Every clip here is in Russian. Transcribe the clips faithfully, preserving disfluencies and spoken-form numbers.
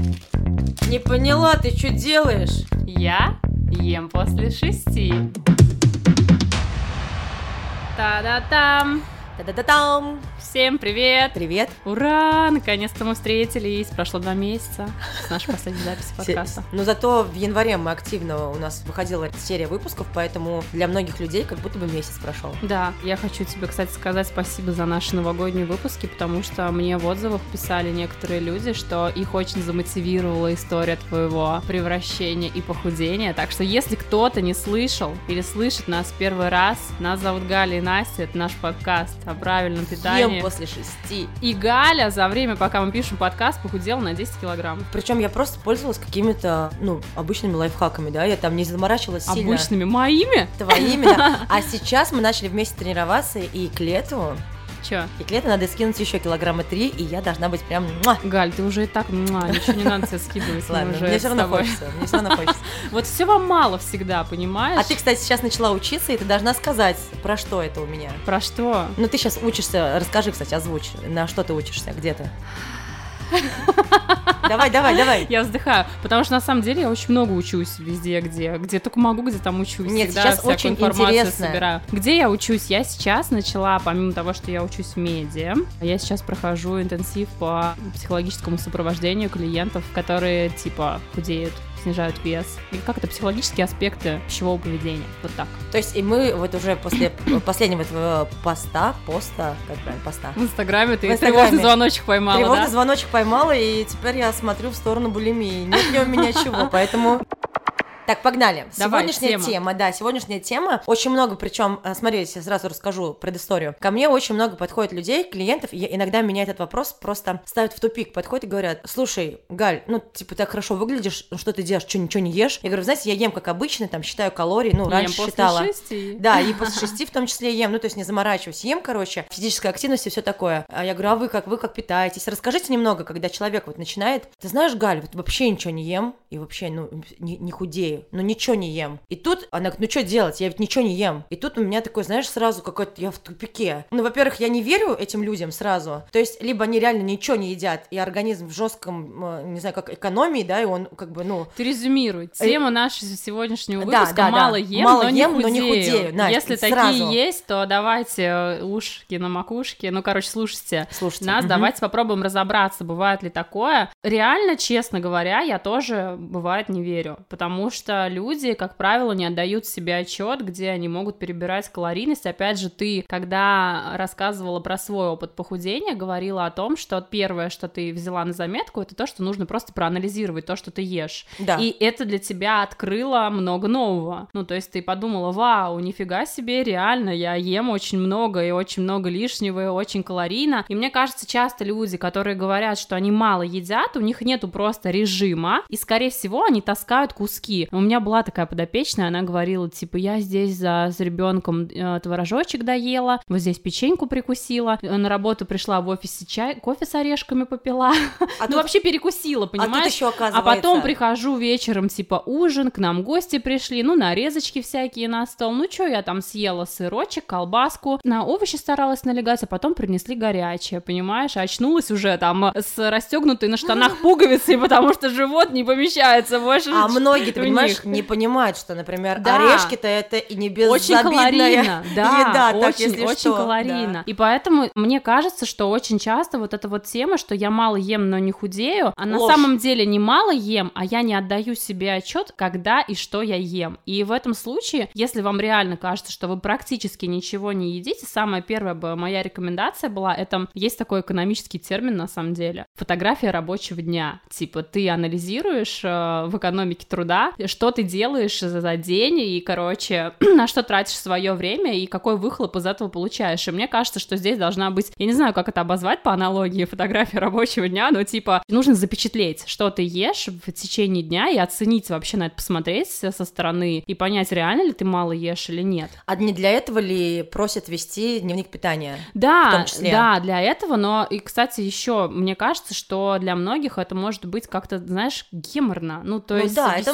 Не поняла, ты что делаешь? Я ем после шести. Та-да-там! Та-да-да-там! Всем привет! Привет! Ура! Наконец-то мы встретились. Прошло два месяца с нашей последней записи подкаста. Но зато в январе мы активно, у нас выходила серия выпусков, поэтому для многих людей как будто бы месяц прошел. Да, я хочу тебе, кстати, сказать спасибо за наши новогодние выпуски, потому что мне в отзывах писали некоторые люди, что их очень замотивировала история твоего превращения и похудения. Так что если кто-то не слышал или слышит нас первый раз, нас зовут Галя и Настя, это наш подкаст о правильном питании. Ем после шести. И Галя за время, пока мы пишем подкаст, похудела на десять килограмм. Причем я просто пользовалась какими-то, ну, обычными лайфхаками, да, я там не заморачивалась сильно. Обычными моими? Твоими, да. А сейчас мы начали вместе тренироваться, и к лету... Чё? И к лету надо скинуть еще килограмма три, и я должна быть прям... Муа! Галь, ты уже и так... Муа, ничего не надо тебе скидывать. Ладно, мне все равно хочется, мне все равно хочется. Вот все вам мало всегда, понимаешь? А ты, кстати, сейчас начала учиться, и ты должна сказать, про что это у меня. Про что? Ну, ты сейчас учишься, расскажи, кстати, озвучь, на что ты учишься, где ты? Давай, давай, давай. Я вздыхаю, потому что на самом деле я очень много учусь везде, где, где только могу, где там учусь. Нет, всегда сейчас всякую очень информацию интересно. собираю. Где я учусь? Я сейчас начала, помимо того, что я учусь в медиа, я сейчас прохожу интенсив по психологическому сопровождению клиентов, которые типа худеют, снижают вес. И как это психологические аспекты пищевого поведения. Вот так. То есть и мы вот уже после последнего твоего поста, поста, как правильно, поста. В Инстаграме ты В Инстаграме. тревожный звоночек поймала, Тревожный да? звоночек поймала, и теперь я смотрю в сторону булимии. Нет ли у меня чего, поэтому... Так, погнали. Давай, Сегодняшняя тема. тема, да, сегодняшняя тема. Очень много, причем, смотрите, я сразу расскажу предысторию. Ко мне очень много подходит людей, клиентов, и иногда меня этот вопрос просто ставят в тупик. Подходят и говорят: слушай, Галь, ну, типа, так хорошо выглядишь, что ты делаешь, что, ничего не ешь? Я говорю: знаете, я ем как обычно, там, считаю калории, ну, раньше Ем после считала. шести. Да, и после шести в том числе ем, ну, то есть не заморачиваюсь. Ем, короче, физическая активность и все такое. А я говорю: а вы как, вы как питаетесь? Расскажите немного, когда человек вот начинает: ты знаешь, Галь, вот вообще ничего не ем, и вообще, ну, не, не худею, ну, ничего не ем. И тут она говорит: ну что делать, я ведь ничего не ем. И тут у меня такой, знаешь, сразу какой-то, я в тупике. Ну, во-первых, я не верю этим людям сразу. То есть, либо они реально ничего не едят, и организм в жестком, не знаю, как экономии, да, и он как бы, ну... Ты резюмируй. Тема нашего сегодняшнего Да, выпуска: да, да. мало ем, Мало но, ем, не но не худею. худею. Настя, Если сразу. такие есть, то давайте ушки на макушке. Ну, короче, слушайте, Слушайте. нас, Мгм. давайте попробуем разобраться, бывает ли такое. Реально, честно говоря, я тоже, бывает, не верю. Потому что люди, как правило, не отдают себе отчет, где они могут перебирать калорийность. Опять же, ты, когда рассказывала про свой опыт похудения, говорила о том, что первое, что ты взяла на заметку, это то, что нужно просто проанализировать то, что ты ешь. Да. И это для тебя открыло много нового. Ну, то есть ты подумала: вау, нифига себе, реально, я ем очень много, и очень много лишнего, и очень калорийно. И мне кажется, часто люди, которые говорят, что они мало едят, у них нету просто режима, и, скорее всего, они таскают куски. У меня была такая подопечная, она говорила, типа: я здесь за, с ребенком э, творожочек доела, вот здесь печеньку прикусила, э, на работу пришла, в офисе чай, кофе с орешками попила, А ну тут- вообще перекусила, А понимаешь? тут еще А оказывается... потом прихожу вечером, типа, ужин, к нам гости пришли, ну, нарезочки всякие на стол, ну, что я там съела? Сырочек, колбаску, на овощи старалась налегать, а потом принесли горячее, понимаешь? А очнулась уже там с расстегнутой на штанах пуговицей, потому что живот не помещается больше. А многие, ты у понимаешь, них. не понимают, что, например, Да. орешки-то это и не Очень безобидная калорийно, да, еда, так, очень, если очень что. калорийно. Да. И поэтому мне кажется, что очень часто вот эта вот тема, что я мало ем, но не худею, а на Ложь. самом деле не мало ем, а я не отдаю себе отчет, когда и что я ем. И в этом случае, если вам реально кажется, что вы практически ничего не едите, самая первая бы моя рекомендация была, это есть такой экономический термин на самом деле, фотография рабочего дня. Типа ты анализируешь э, в экономике труда, что ты делаешь за, за день, и, короче, на что тратишь свое время, и какой выхлоп из этого получаешь. И мне кажется, что здесь должна быть, я не знаю, как это обозвать по аналогии, фотография рабочего дня, но типа нужно запечатлеть, что ты ешь в течение дня, и оценить вообще на это, посмотреть со стороны, и понять, реально ли ты мало ешь или нет. А не для этого ли просят вести дневник питания? Да, в том числе. да, для этого, но и, кстати, еще мне кажется, что для многих это может быть как-то, знаешь, геморно, ну то Ну есть да, это вести муторно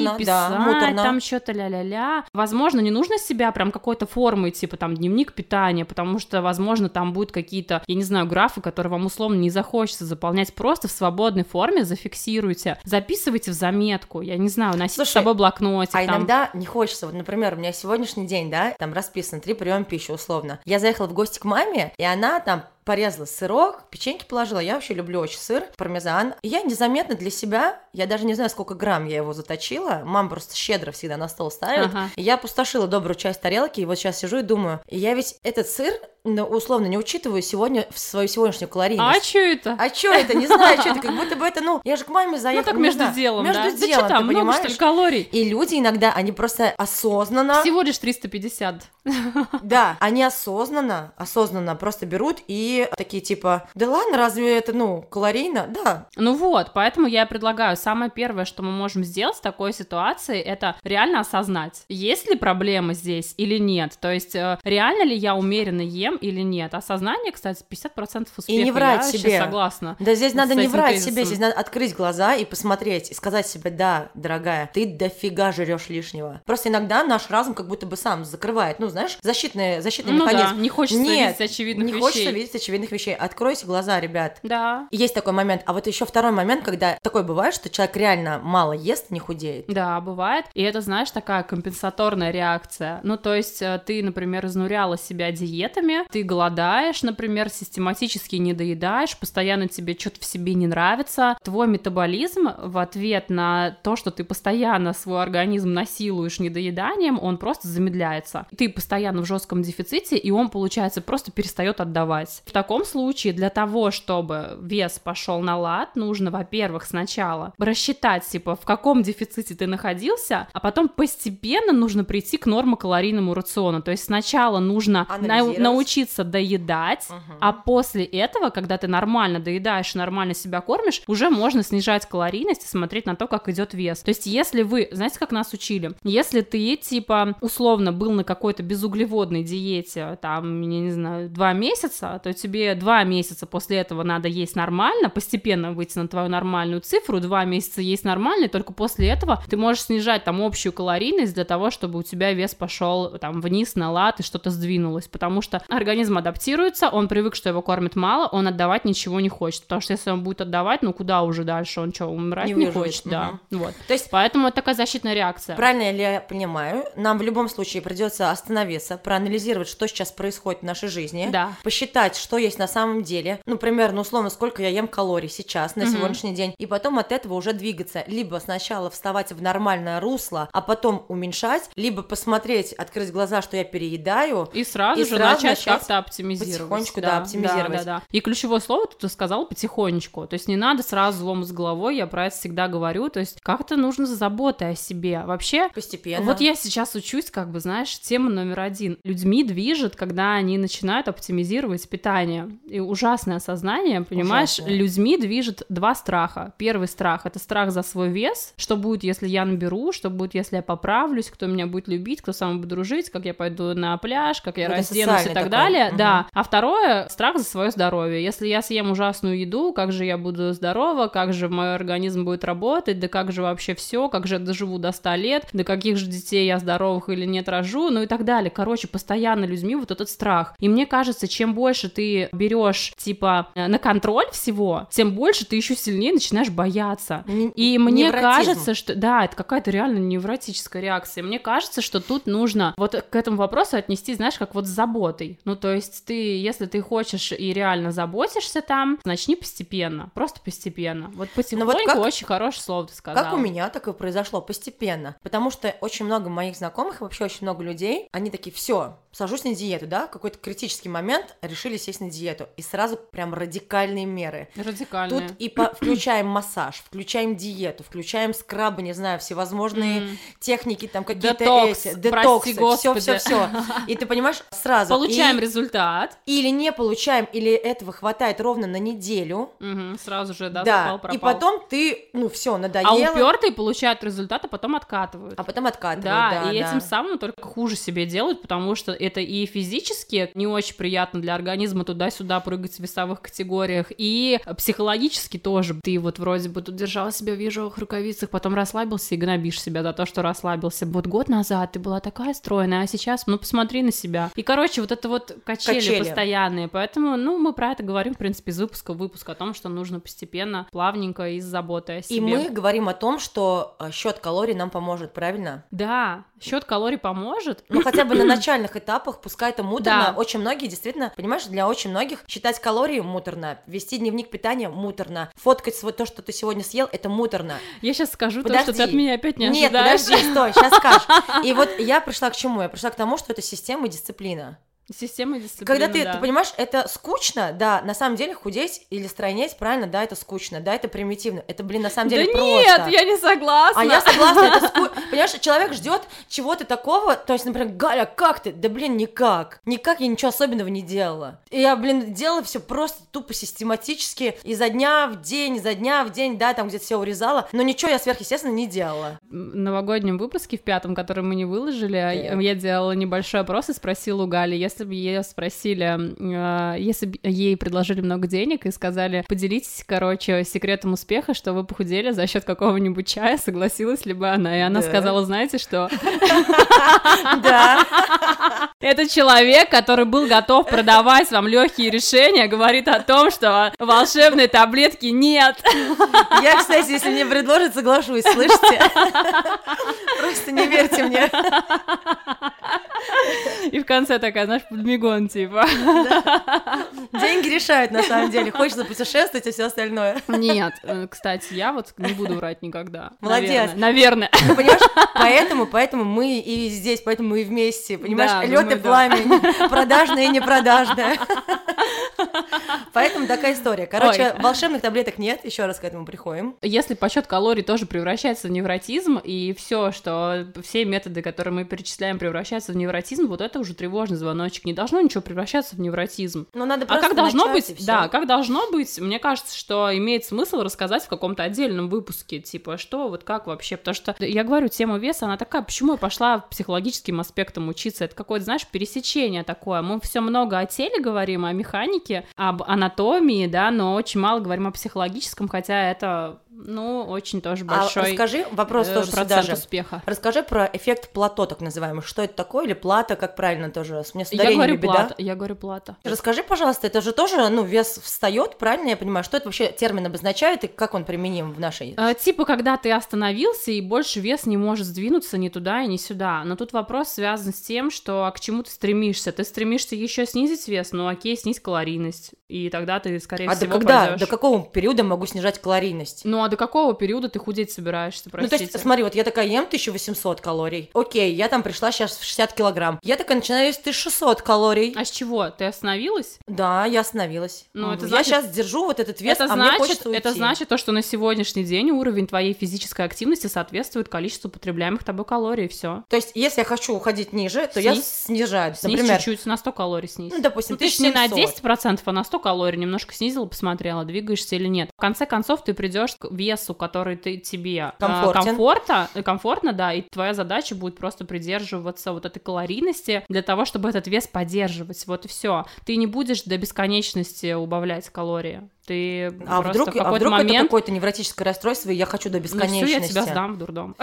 муторно, писать, да, муторно. там что-то ля-ля-ля. Возможно, не нужно себя прям какой-то формой, типа там дневник питания, потому что, возможно, там будут какие-то, я не знаю, графы, которые вам условно не захочется заполнять. Просто в свободной форме зафиксируйте, записывайте в заметку, я не знаю, носите Слушай, с собой блокнотик. А там. иногда не хочется. Вот, например, у меня сегодняшний день, да, там расписан три приема пищи условно. Я заехала в гости к маме, и она там порезала сырок, печеньки положила. Я вообще люблю очень сыр, пармезан. И я незаметно для себя, я даже не знаю, сколько грамм я его заточила. Мама просто щедро всегда на стол ставит. Ага. И я опустошила добрую часть тарелки, и вот сейчас сижу и думаю, я ведь этот сыр, ну, условно, не учитываю сегодня в свою сегодняшнюю калорийность. А что это? А что это? Не знаю, что это. Как будто бы это, ну, я же к маме заехала. Ну так не между знаю, делом, между да? делом, Да что там, ты много, понимаешь? что ли, калорий? И люди иногда, они просто осознанно... Всего лишь триста пятьдесят. Да, они осознанно, осознанно просто берут и такие типа, да ладно, разве это, ну, калорийно? Да. Ну вот, поэтому я предлагаю, самое первое, что мы можем сделать в такой ситуации, это реально осознать, есть ли проблема здесь или нет, то есть э, реально ли я умеренно ем или нет. Осознание, кстати, пятьдесят процентов успеха, И не врать я себе. согласна. Да здесь надо не врать тезисом. себе, здесь надо открыть глаза и посмотреть, и сказать себе, да, дорогая, ты дофига жрешь лишнего. Просто иногда наш разум как будто бы сам закрывает, ну, знаешь, защитный, защитный Ну механизм. да, не хочется Нет, видеть очевидных не вещей. хочется видеть очевидных вещей. Откройте глаза, ребят. Да. Есть такой момент. А вот еще второй момент, когда такое бывает, что человек реально мало ест, не худеет. Да, бывает. И это, знаешь, такая компенсаторная реакция. Ну, то есть э, ты, например, изнуряла себя диетами, ты голодаешь, например, систематически не доедаешь, постоянно тебе что-то в себе не нравится. Твой метаболизм в ответ на то, что ты постоянно свой организм насилуешь недоеданием, он просто замедляется. Ты постоянно в жестком дефиците, и он, получается, просто перестает отдавать. В таком случае для того, чтобы вес пошел на лад, нужно, во-первых, сначала рассчитать, типа, в каком дефиците ты находился, а потом постепенно нужно прийти к нормокалорийному рациону. То есть сначала нужно на- научиться доедать, Угу. а после этого, когда ты нормально доедаешь и нормально себя кормишь, уже можно снижать калорийность и смотреть на то, как идет вес. То есть если вы, знаете, как нас учили? Если ты, типа, условно был на какой-то безуглеводной диете, там, я не знаю, два месяца, то тебе два месяца после этого надо есть нормально, постепенно выйти на твою нормальную цифру, два месяца есть нормально, и только после этого ты можешь снижать там общую калорийность для того, чтобы у тебя вес пошел там вниз на лад и что-то сдвинулось, потому что организм адаптируется, он привык, что его кормят мало, он отдавать ничего не хочет, потому что если он будет отдавать, ну куда уже дальше, он что, умирать не, Не не выживет. хочет, да, Мгм. вот. То есть, Поэтому это такая защитная реакция. правильно ли я понимаю, нам в любом случае придется остановиться, проанализировать, что сейчас происходит в нашей жизни, Да. посчитать, что есть на самом деле, ну, примерно, условно, сколько я ем калорий сейчас, на Мгм. сегодняшний день, и потом от этого уже двигаться. Либо сначала вставать в нормальное русло, а потом уменьшать, либо посмотреть, открыть глаза, что я переедаю, И сразу И же сразу начать начать как-то оптимизировать. потихонечку, да, оптимизировать. Да, да, да. И ключевое слово ты сказала потихонечку. То есть не надо сразу лом с головой, я про это всегда говорю. То есть как-то нужно с заботой о себе. Вообще, постепенно. вот я сейчас учусь, как бы, знаешь, тема номер один. Людьми движет, когда они начинают оптимизировать питание. И ужасное сознание, понимаешь, Ужасное. людьми движет два страха. Первый страх — это страх за свой вес. Что будет, если я наберу, что будет, если я поправлюсь, кто меня будет любить, кто со мной будет дружить, как я пойду на пляж, как я Это разденусь и социальный так такой. далее. Мгм. Да. А второе — страх за свое здоровье. Если я съем ужасную еду, как же я буду здорова, как же мой организм будет работать, да как же вообще все, как же я доживу до ста лет, до каких же детей я здоровых или нет рожу, ну и так далее. Короче, постоянно людьми вот этот страх. И мне кажется, чем больше ты берешь, типа, э, на контроль всего, тем больше ты еще сильнее начинаешь бояться. Н- И мне невротизм. кажется, что... Да, это какая-то реально невротическая реакция. Мне кажется, что тут нужно вот к этому вопросу отнести, знаешь, как вот с заботой. Ну, то есть ты, если ты хочешь и реально заботишься там, начни постепенно, просто постепенно. Вот потихоньку, как- очень хорошее слово ты сказала. Как у меня, так и произошло постепенно. Потому что очень много моих знакомых, и вообще очень много людей, они такие, все, сажусь на диету, да, какой-то критический момент, решили сесть на диету. И сразу прям радикальные меры. Радикальные. Тут и по- включаем массаж, включаем диету, включаем скрабы, не знаю, всевозможные М. техники, там какие-то Детокс, эти, прости детоксы, все, господи. все, все. И ты понимаешь, сразу. Получаем И- результат. Или не получаем, или этого хватает ровно на неделю. Мгм, сразу же, да, Да, запал, пропал. и потом ты, ну все, А надоело. упертые получают результат, а потом откатывают. А потом откатывают, Да, да, и да. этим самым только хуже себе делают, потому что и это и физически не очень приятно для организма туда-сюда прыгать в весовых категориях, и психологически тоже. Ты вот вроде бы тут держал себя в ежовых рукавицах, потом расслабился и гнобишь себя за то, что расслабился. Вот год назад ты была такая стройная, а сейчас, ну, посмотри на себя. И, короче, вот это вот качели, качели постоянные. Поэтому, ну, мы про это говорим, в принципе, из выпуска в выпуск, о том, что нужно постепенно, плавненько и с заботой о себе. И мы говорим о том, что счет калорий нам поможет, правильно? Да, счет калорий поможет. Ну, хотя бы на начальных этапах, пускай это муторно. Да. Очень многие, действительно, понимаешь, для очень многих считать калории муторно, вести дневник питания муторно, фоткать свой, то, что ты сегодня съел, это муторно. Я сейчас скажу Подожди. то, что ты от меня опять не Нет, ожидаешь. подожди, стой, сейчас скажешь. И вот я пришла к чему? Я пришла к тому, что это система и дисциплина. Система дисциплины, Когда ты, да. ты понимаешь, это скучно, да, на самом деле худеть или стройнеть, правильно, да, это скучно, да, это примитивно, это, блин, на самом деле да просто. нет, я не согласна. А я согласна, это ску... Понимаешь, человек ждет чего-то такого, то есть, например, Галя, как ты? Да, блин, никак, никак я ничего особенного не делала. И я, блин, делала все просто тупо систематически, изо дня в день, изо дня в день, да, там где-то все урезала, но ничего я сверхъестественно не делала. В новогоднем выпуске, в пятом, который мы не выложили, так. я делала небольшой опрос и спросила у Гали, если бы ее спросили, если бы ей предложили много денег и сказали, поделитесь, короче, секретом успеха, что вы похудели за счет какого-нибудь чая, согласилась ли бы она? И она да. сказала, знаете что? Да. Это человек, который был готов продавать вам легкие решения, говорит о том, что волшебной таблетки нет. Я, кстати, если мне предложат, соглашусь, слышите? Просто не верьте мне. И в конце такая, знаешь, подмигон, типа. Да. Деньги решают, на самом деле. Хочется путешествовать и все остальное. Нет, кстати, я вот не буду врать никогда. Молодец. Наверное. Ты понимаешь, поэтому, поэтому мы и здесь, поэтому мы и вместе, понимаешь, да, лёд и да. пламень, продажная и непродажная. Поэтому такая история. Короче, Ой. волшебных таблеток нет, еще раз к этому приходим. Если подсчет калорий тоже превращается в невротизм, и все, что все методы, которые мы перечисляем, превращаются в невротизм, вот это уже тревожный звоночек. Не должно ничего превращаться в невротизм. Ну, надо а как должно быть? И да, как должно быть? Мне кажется, что имеет смысл рассказать в каком-то отдельном выпуске, типа, что, вот как вообще, потому что я говорю, тема веса, она такая, почему я пошла психологическим аспектам учиться? Это какое-то, знаешь, пересечение такое. Мы все много о теле говорим, о механике, об анатомии, да, но очень мало говорим о психологическом, хотя это, ну, очень тоже большой а расскажи, вопрос э, тоже процент сюда же. успеха. Расскажи про эффект плато, так называемый. Что это такое? Или плата, как правильно тоже? Мне с Я говорю беда. плата, я говорю плата. Расскажи, пожалуйста, это же тоже, ну, вес встает, правильно я понимаю? Что это вообще термин обозначает и как он применим в нашей... Э, типа, когда ты остановился и больше вес не может сдвинуться ни туда и ни сюда. Но тут вопрос связан с тем, что а к чему ты стремишься? Ты стремишься еще снизить вес, ну окей, снизь калорийность, и тогда ты, скорее а всего, до когда? пойдёшь. До какого периода могу снижать калорийность? Ну, а до какого периода ты худеть собираешься, простите? Ну, то есть, смотри, вот я такая ем тысяча восемьсот калорий. Окей, я там пришла сейчас в шестьдесят килограмм. Я такая начинаю есть тысяча шестьсот калорий. А с чего? Ты остановилась? Да, я остановилась. Ну, это я значит... сейчас держу вот этот вес, это а значит, мне хочется уйти. Это значит то, что на сегодняшний день уровень твоей физической активности соответствует количеству потребляемых тобой калорий, и все. То есть, если я хочу уходить ниже, то снизь. я снижаю. Снизь Например, чуть-чуть, на сто калорий снизь. Ну, допустим, ну, ты же не на десять процентов, а на сто калорий немножко снизила, посмотрела, двигаешься или нет. В конце концов, ты придешь к весу, который ты, тебе Комфортен. комфортно, комфортно, да, и твоя задача будет просто придерживаться вот этой калорийности для того, чтобы этот вес поддерживать. Вот и все. Ты не будешь до бесконечности убавлять калории. Ты а просто вдруг, в какой-то а вдруг момент... это какое-то невротическое расстройство, и я хочу до бесконечности. Ну, все, я тебя сдам в дурдом.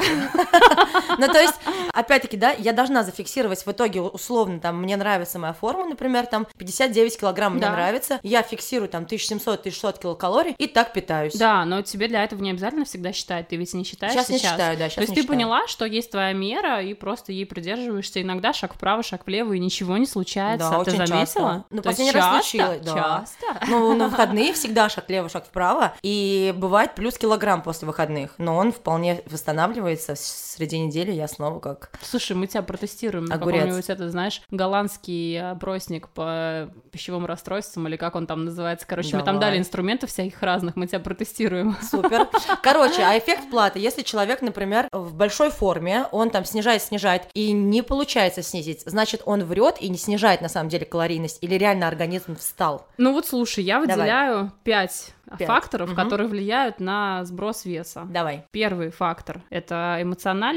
Ну, то есть, опять-таки, да, я должна зафиксировать в итоге, условно, там, мне нравится моя форма, например, там, пятьдесят девять килограмм мне нравится, я фиксирую, там, тысяча семьсот - тысяча шестьсот килокалорий, и так питаюсь. Да, но тебе для этого не обязательно всегда считать, ты ведь не считаешь сейчас? Сейчас не считаю, да, сейчас То есть не ты считаю. поняла, что есть твоя мера, и просто ей придерживаешься, иногда шаг вправо, шаг влево, и ничего не случается, Да, ты очень заметила? часто. Ну, То есть последний раз часто? случилось, да. Часто? Ну, на выходные всегда шаг влево, шаг вправо, и бывает плюс килограмм после выходных, но он вполне восстанавливается, среди недели я снова как... Слушай, мы тебя протестируем на огурец. каком-нибудь, это, знаешь, голландский опросник по пищевым расстройствам, или как он там называется, короче, Давай. мы там дали инструментов всяких разных, мы тебя протестируем. Супер. Короче, а эффект платы, если человек, например, в большой форме, он там снижает, снижает, и не получается снизить, значит, он врет и не снижает на самом деле калорийность, или реально организм встал? Ну вот слушай, я выделяю пять факторов, угу. которые влияют на сброс веса. Давай. Первый фактор — это эмоциональный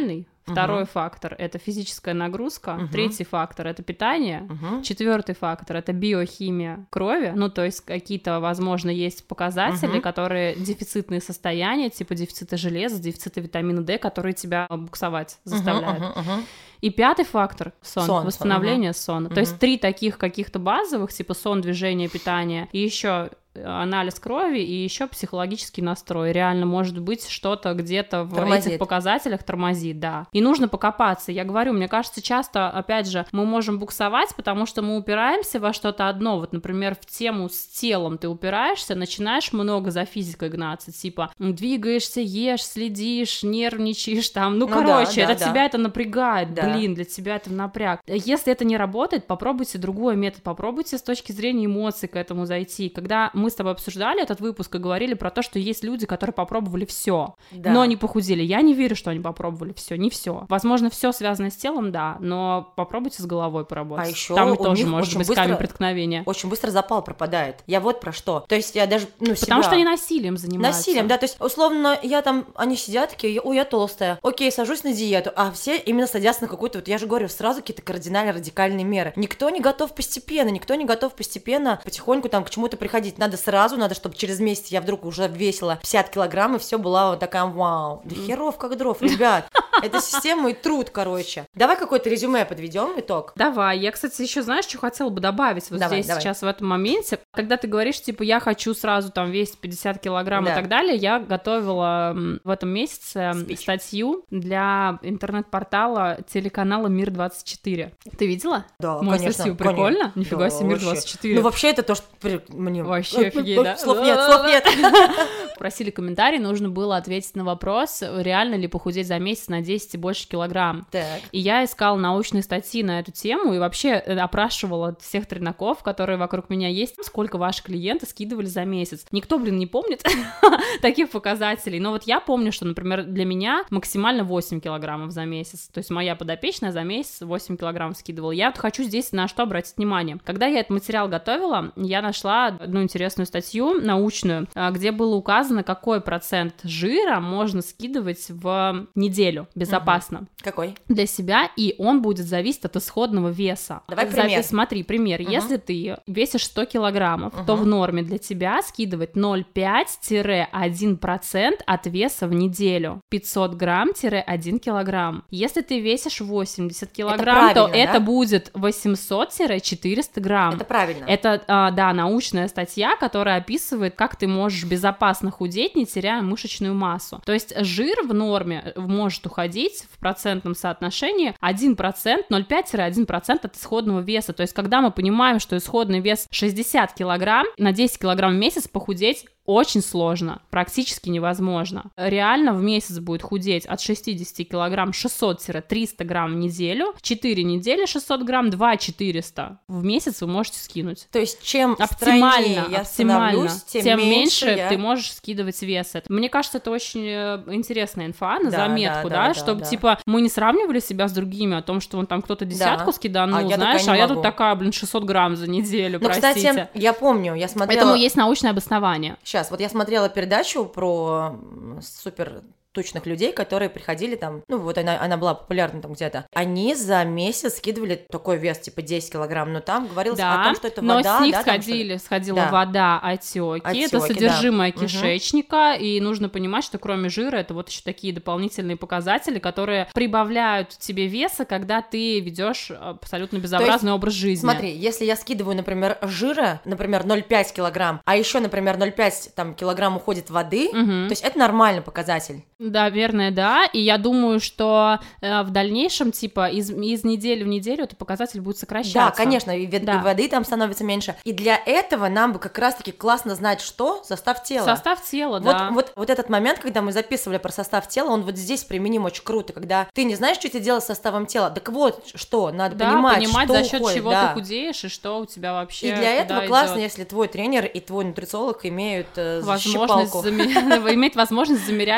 Второй Угу. фактор — это физическая нагрузка. Угу. Третий фактор — это питание. Угу. Четвертый фактор — это биохимия крови. Ну, то есть какие-то, возможно, есть показатели, Угу. которые дефицитные состояния, типа дефицита железа, дефицита витамина D, которые тебя буксовать заставляют. Угу. Угу. И пятый фактор — сон, Сон, восстановление сон, сона. угу. То есть три таких каких-то базовых, типа сон, движение, питание, и еще анализ крови, и еще психологический настрой. Реально, может быть, что-то где-то в Тормозит. этих показателях тормозит, да. И нужно покопаться. Я говорю, мне кажется, часто, опять же, мы можем буксовать, потому что мы упираемся во что-то одно. Вот, например, в тему с телом ты упираешься, начинаешь много за физикой гнаться, типа двигаешься, ешь, следишь, нервничаешь, там, ну, Ну короче, да, да, это да. тебя это напрягает, Да. блин, для тебя это напряг. Если это не работает, попробуйте другой метод, попробуйте с точки зрения эмоций к этому зайти. Когда мы с тобой обсуждали этот выпуск и говорили про то, что есть люди, которые попробовали все, Да. но не похудели. Я не верю, что они попробовали все, не все. Возможно, все связано с телом, да, но попробуйте с головой поработать. А еще там у тоже них может очень быть быстро- камень преткновения. Очень быстро запал пропадает. Я вот про что. То есть я даже, ну, Потому себя- что они насилием занимаются. Насилием, да, то есть, условно, я там, они сидят такие, ой, я толстая, окей, сажусь на диету, а все именно садятся на какую-то, вот я же говорю, сразу какие-то кардинальные, радикальные меры. Никто не готов постепенно, никто не готов постепенно, потихоньку там к чему-то приходить. Надо сразу, надо, чтобы через месяц я вдруг уже весила пятьдесят килограмм, и все была вот такая, вау, да херов как дров, ребят. Это система и труд, короче. Давай какое-то резюме подведем, итог. Давай, я, кстати, еще знаешь, что хотела бы добавить вот Давай, здесь давай. сейчас в этом моменте, когда ты говоришь, типа, я хочу сразу там весить пятьдесят килограмм Да. и так далее, я готовила м, в этом месяце Спич. статью для интернет-портала телеканала Мир двадцать четыре. Ты видела? Да, Мою конечно. статью? Прикольно? конечно. Нифига Да, себе, Мир вообще. двадцать четыре. Ну, вообще, это то, что при- мне... Вообще Ой, офигеть, ой, да? Слов нет, слов нет. Просили комментарий, нужно было ответить на вопрос, реально ли похудеть за месяц на десять и больше килограмм. Так. И я искала научные статьи на эту тему и вообще э, опрашивала всех тренаков, которые вокруг меня есть, сколько ваши клиенты скидывали за месяц. Никто, блин, не помнит таких показателей, но вот я помню, что, например, для меня максимально восемь килограммов за месяц, то есть моя подопечная за месяц восемь килограммов скидывала. Я вот хочу здесь на что обратить внимание. Когда я этот материал готовила, я нашла одну интересную статью научную, а, где было указано, какой процент жира можно скидывать в неделю безопасно. Какой? Для себя, и он будет зависеть от исходного веса. Давай За- пример. Смотри, пример. Мгм. Если ты весишь сто килограммов, то Мгм. в норме для тебя скидывать ноль целых пять - один процент от веса в неделю. пятьсот грамм - один килограмм. Если ты весишь восемьдесят килограмм, то правильно, это да? будет восемьсот - четыреста грамм. Это правильно. Это, а, да, научная статья, которая описывает, как ты можешь безопасно худеть, не теряя мышечную массу. То есть жир в норме может уходить в процентном соотношении один процент, ноль целых пять - один процент от исходного веса. То есть когда мы понимаем, что исходный вес шестьдесят килограмм, на десять килограмм в месяц похудеть очень сложно, практически невозможно. Реально в месяц будет худеть от шестидесяти килограмм шестьсот - триста грамм в неделю, четыре недели шестьсот грамм, два четыреста. В месяц вы можете скинуть. То есть чем Оптимально, стройнее я оптимально. становлюсь, тем, меньше я... ты можешь скидывать вес. Это- Мне кажется, это очень э, интересная инфа на Да, заметку, да, да, да, чтобы, да. типа, мы не сравнивали себя с другими, о том, что вон там кто-то десятку скиданул, А я знаешь, такая а не я могу. тут такая, блин, шестьсот грамм за неделю, Ну, простите. кстати, я помню, я смотрела... Этому есть научное обоснование. Сейчас, вот я смотрела передачу про м, супер тучных людей, которые приходили там, ну вот она, она была популярна там где-то, они за месяц скидывали такой вес, типа десять килограмм, но там говорилось Да, о том, что это но вода, с них да, там сходили, сходила Да. вода, отеки, это Отёки, содержимое да. Мгм. кишечника, и нужно понимать, что кроме жира это вот еще такие дополнительные показатели, которые прибавляют тебе веса, когда ты ведешь абсолютно безобразный образ жизни. Смотри, если я скидываю, например, жира, например, ноль целых пять килограмм, а еще, например, ноль целых пять там, килограмм уходит воды, Мгм. то есть это нормальный показатель. Да, верно, да, и я думаю, что э, в дальнейшем, типа, из, из недели в неделю этот показатель будет сокращаться. Да, конечно, и, ве- Да. и воды там становится меньше. И для этого нам бы как раз-таки классно знать, что состав тела. Состав тела, Вот, да. вот, вот этот момент, когда мы записывали про состав тела, он вот здесь применим очень круто, когда ты не знаешь, что тебе делать с составом тела. Так вот, что, надо Да, понимать, понимать, что за счет уходит, чего да. ты худеешь и что у тебя вообще. И для этого куда классно, идёт. если твой тренер и твой нутрициолог имеют э, возможность щипалку. заме- иметь возможность замерять себе Да.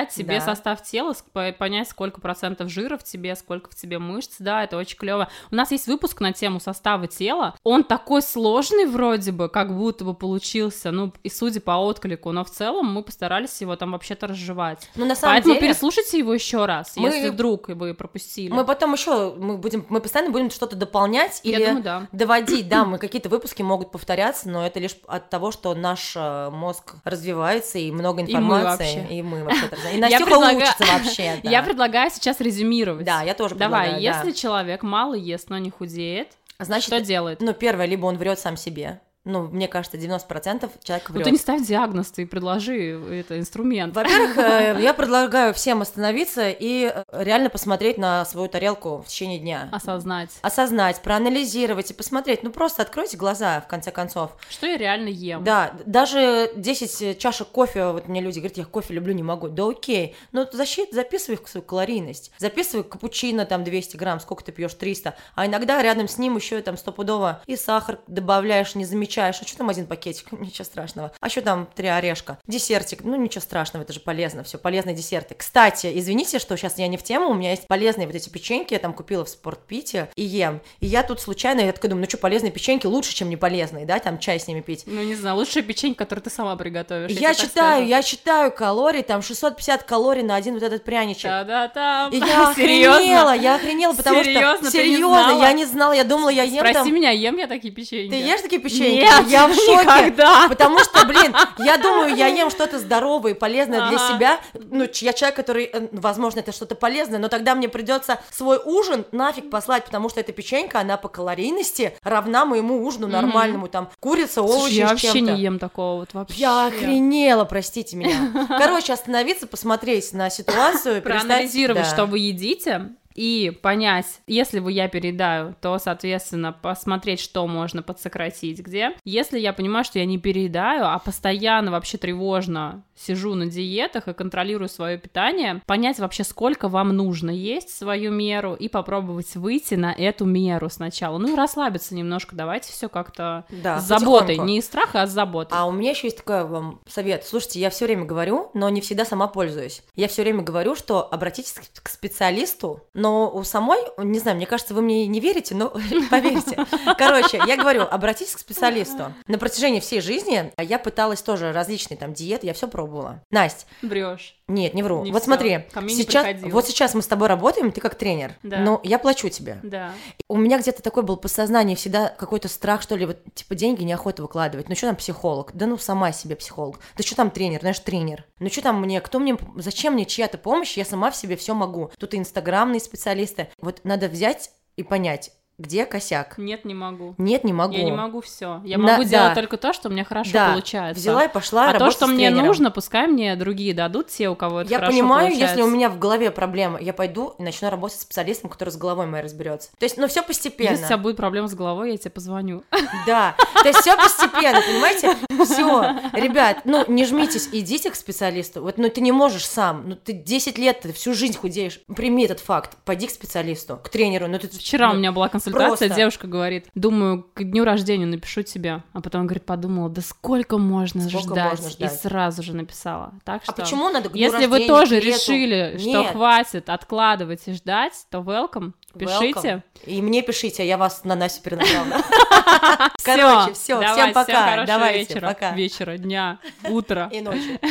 состав тела, понять, сколько процентов жира в тебе, сколько в тебе мышц, да, это очень клево. У нас есть выпуск на тему состава тела, он такой сложный вроде бы, как будто бы получился, ну, и судя по отклику, но в целом мы постарались его там вообще-то разжевать. Ну, на самом Поэтому деле... переслушайте его еще раз, мы... если вдруг вы пропустили. Мы потом еще, мы будем, мы постоянно будем что-то дополнять или думаю, да. доводить, да, мы какие-то выпуски могут повторяться, но это лишь от того, что наш мозг развивается, и много информации, и мы вообще, и, мы и Настюха предлагаю... учится вообще. Да. Я предлагаю сейчас резюмировать. Да, я тоже предлагаю. Давай, если да. человек мало ест, но не худеет, значит, что делает? Ну, первое, либо он врет сам себе. Ну, мне кажется, девяносто процентов человек врет. Ну, ты не ставь диагноз, ты предложи это инструмент. Во-первых, я предлагаю всем остановиться и реально посмотреть на свою тарелку в течение дня. Осознать. Осознать, проанализировать и посмотреть. Ну, просто откройте глаза, в конце концов. Что я реально ем. Да, даже десять чашек кофе, вот мне люди говорят, я кофе люблю, не могу. Да окей, ну, защит, записывай свою калорийность. Записывай капучино, там, двести грамм, сколько ты пьешь, триста. А иногда рядом с ним еще там стопудово и сахар добавляешь, не замечаешь. А что там один пакетик? Ничего страшного. А что там три орешка? Десертик? Ну, ничего страшного, это же полезно, все полезные десерты. Кстати, извините, что сейчас я не в тему, у меня есть полезные вот эти печеньки, я там купила в Спортпите и ем. И я тут случайно, я такая думаю, ну что, полезные печеньки лучше, чем неполезные, да, там чай с ними пить. Ну, не знаю, лучшая печенька, которую ты сама приготовишь. Я читаю, я читаю калории, там шестьсот пятьдесят калорий на один вот этот пряничек. Да-да-да. И я охренела, я охренела, потому серьезно, что... Серьезно? Я не знала, я думала, я ем Спроси там... меня, ем я такие печеньки? Ты ешь такие печеньки? Нет, я в шоке, никогда. Потому что, блин, я думаю, я ем что-то здоровое и полезное ага. для себя. Ну, я человек, который, возможно, это что-то полезное, но тогда мне придется свой ужин нафиг послать, потому что эта печенька, она по калорийности равна моему ужину нормальному, mm-hmm. там, курица, овощи, Слушай, я с вообще чем-то. не ем такого вот вообще. Я охренела, простите меня. Короче, остановиться, посмотреть на ситуацию. Проанализировать, да. что вы едите. И понять, если вы я переедаю, то, соответственно, посмотреть, что можно подсократить где. Если я понимаю, что я не переедаю, а постоянно вообще тревожно сижу на диетах и контролирую свое питание, понять вообще, сколько вам нужно есть свою меру и попробовать выйти на эту меру сначала. Ну и расслабиться немножко, давайте все как-то да, с заботой, потихоньку. Не из страха, а с заботой. А у меня еще есть такой вам совет. Слушайте, я все время говорю, но не всегда сама пользуюсь. Я все время говорю, что обратитесь к специалисту, но у самой, не знаю, мне кажется, вы мне не верите, но поверьте. Короче, я говорю, обратитесь к специалисту. На протяжении всей жизни я пыталась тоже различные там диеты, я все пробовала. Настя. Врешь. Нет, не вру. Не вот всё. смотри, Ко мне сейчас, не приходила. вот сейчас мы с тобой работаем, ты как тренер, Да. но я плачу тебе. Да. У меня где-то такой был подсознание, всегда какой-то страх, что ли, вот, типа, деньги неохота выкладывать. Ну, что там психолог? Да ну, сама себе психолог. Да что там тренер? Знаешь, тренер. Ну, что там мне, кто мне, зачем мне чья-то помощь? Я сама в себе все могу. Тут и инстаграмные специалисты. Вот надо взять и понять, где косяк. Нет, не могу. Нет, не могу. Я не могу все. Я На- могу да. делать только то, что у меня хорошо Да. получается. Взяла и пошла А то, работать что с мне тренером. нужно, пускай мне другие дадут, те, у кого это Я хорошо понимаю, получается. если у меня в голове проблема, я пойду и начну работать с специалистом, который с головой моей разберется. То есть, ну, все постепенно. Если у тебя будет проблема с головой, я тебе позвоню. Да, то есть все постепенно, понимаете? Все, ребят, ну не жмитесь, идите к специалисту. Вот, ну ты не можешь сам, ну ты десять лет, ты всю жизнь худеешь. Прими этот факт, пойди к специалисту, к тренеру. Ну, ты, Вчера ну, у меня была консультация, просто. девушка говорит, думаю, к дню рождения напишу тебе, а потом, говорит, подумала, да сколько можно, Сколько ждать? можно ждать? И сразу же написала. Так что, А почему надо к дню если вы рождения, тоже к лету? решили, что Нет. хватит откладывать и ждать, то welcome, пишите. Welcome. И мне пишите, я вас на Настю перенаправлю. Всё, Короче, все, давай, всем пока. всем хорошего Давайте, вечера, пока. вечера, дня, утра. И ночи.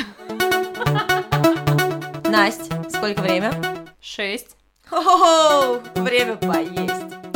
Настя, сколько время? Шесть. Хо-хо-хо, время поесть.